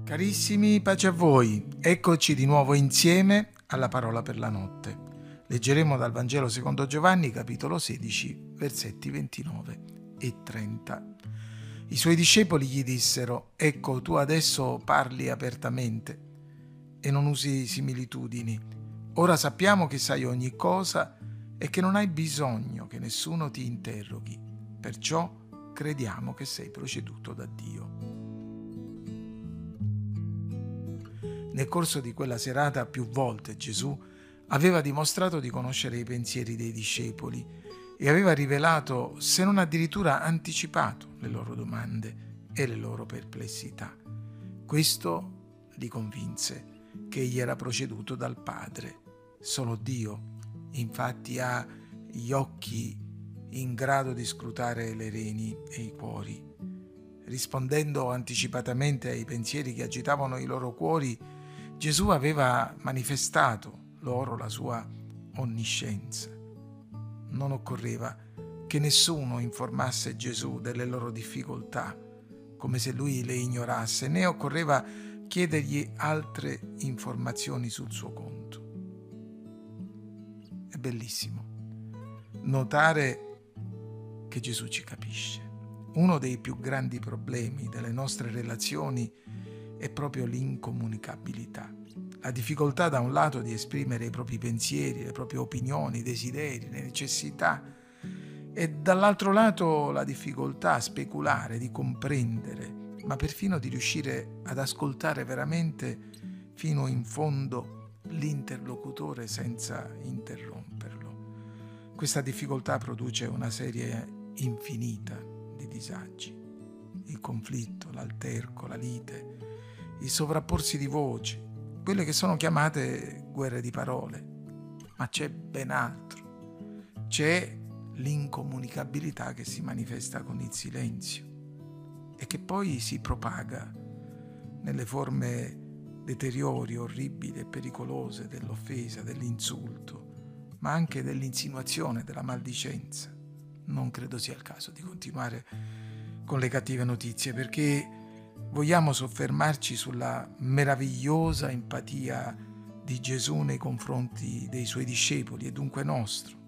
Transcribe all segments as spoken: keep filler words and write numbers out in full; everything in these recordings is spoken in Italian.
Carissimi, pace a voi. Eccoci di nuovo insieme alla parola per la notte. Leggeremo dal Vangelo secondo Giovanni, capitolo sedici, versetti ventinove e trenta. I suoi discepoli gli dissero: «Ecco, tu adesso parli apertamente e non usi similitudini. Ora sappiamo che sai ogni cosa e che non hai bisogno che nessuno ti interroghi. Perciò crediamo che sei proceduto da Dio». Nel corso di quella serata più volte Gesù aveva dimostrato di conoscere i pensieri dei discepoli e aveva rivelato, se non addirittura anticipato, le loro domande e le loro perplessità. Questo li convinse che egli era proceduto dal Padre. Solo Dio, infatti, ha gli occhi in grado di scrutare le reni e i cuori. Rispondendo anticipatamente ai pensieri che agitavano i loro cuori, Gesù aveva manifestato loro la sua onniscienza. Non occorreva che nessuno informasse Gesù delle loro difficoltà, come se lui le ignorasse, né occorreva chiedergli altre informazioni sul suo conto. È bellissimo notare che Gesù ci capisce. Uno dei più grandi problemi delle nostre relazioni è proprio l'incomunicabilità. La difficoltà da un lato di esprimere i propri pensieri, le proprie opinioni, i desideri, le necessità, e dall'altro lato la difficoltà a speculare, di comprendere, ma perfino di riuscire ad ascoltare veramente fino in fondo l'interlocutore senza interromperlo. Questa difficoltà produce una serie infinita di disagi. Il conflitto, l'alterco, la lite, il sovrapporsi di voci, quelle che sono chiamate guerre di parole. Ma c'è ben altro. C'è l'incomunicabilità che si manifesta con il silenzio e che poi si propaga nelle forme deteriori, orribili e pericolose dell'offesa, dell'insulto, ma anche dell'insinuazione, della maldicenza. Non credo sia il caso di continuare con le cattive notizie, perché vogliamo soffermarci sulla meravigliosa empatia di Gesù nei confronti dei suoi discepoli e dunque nostro,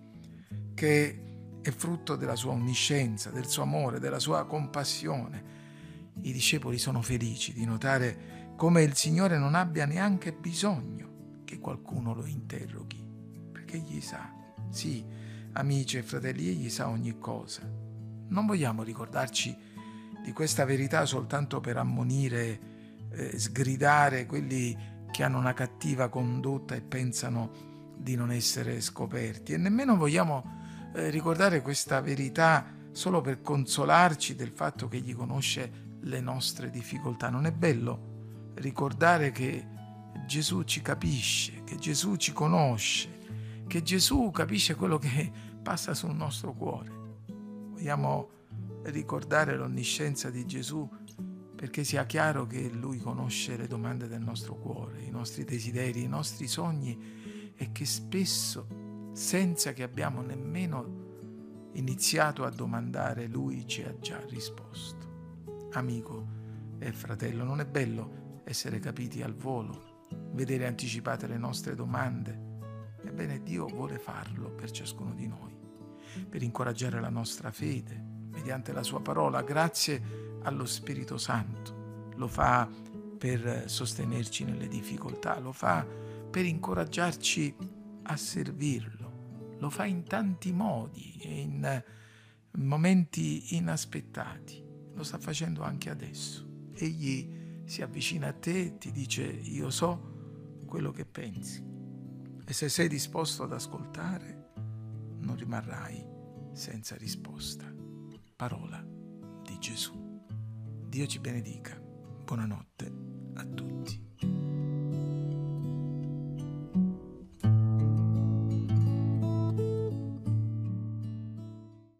che è frutto della sua onniscienza, del suo amore, della sua compassione. I discepoli sono felici di notare come il Signore non abbia neanche bisogno che qualcuno lo interroghi, perché egli sa. Sì, amici e fratelli, egli sa ogni cosa. Non vogliamo ricordarci di questa verità soltanto per ammonire, eh, sgridare quelli che hanno una cattiva condotta e pensano di non essere scoperti, e nemmeno vogliamo eh, ricordare questa verità solo per consolarci del fatto che egli conosce le nostre difficoltà. Non è bello ricordare che Gesù ci capisce, che Gesù ci conosce, che Gesù capisce quello che passa sul nostro cuore? Vogliamo ricordare l'onniscienza di Gesù perché sia chiaro che Lui conosce le domande del nostro cuore, i nostri desideri, i nostri sogni, e che spesso, senza che abbiamo nemmeno iniziato a domandare, Lui ci ha già risposto. Amico e fratello, non è bello essere capiti al volo, vedere anticipate le nostre domande? Ebbene, Dio vuole farlo per ciascuno di noi, per incoraggiare la nostra fede mediante la sua parola, grazie allo Spirito Santo. Lo fa per sostenerci nelle difficoltà, lo fa per incoraggiarci a servirlo, lo fa in tanti modi e in momenti inaspettati. Lo sta facendo anche adesso. Egli si avvicina a te e ti dice: io so quello che pensi, e se sei disposto ad ascoltare non rimarrai senza risposta. Parola di Gesù. Dio ci benedica. Buonanotte a tutti.